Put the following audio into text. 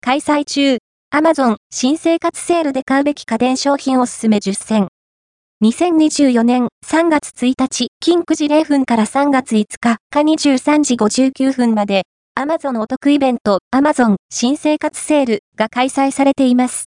開催中。Amazon 新生活セールで買うべき家電商品おすすめ10選。2024年3月1日、近9時0分から3月5日、23時59分まで、Amazon お得イベント、Amazon 新生活セールが開催されています。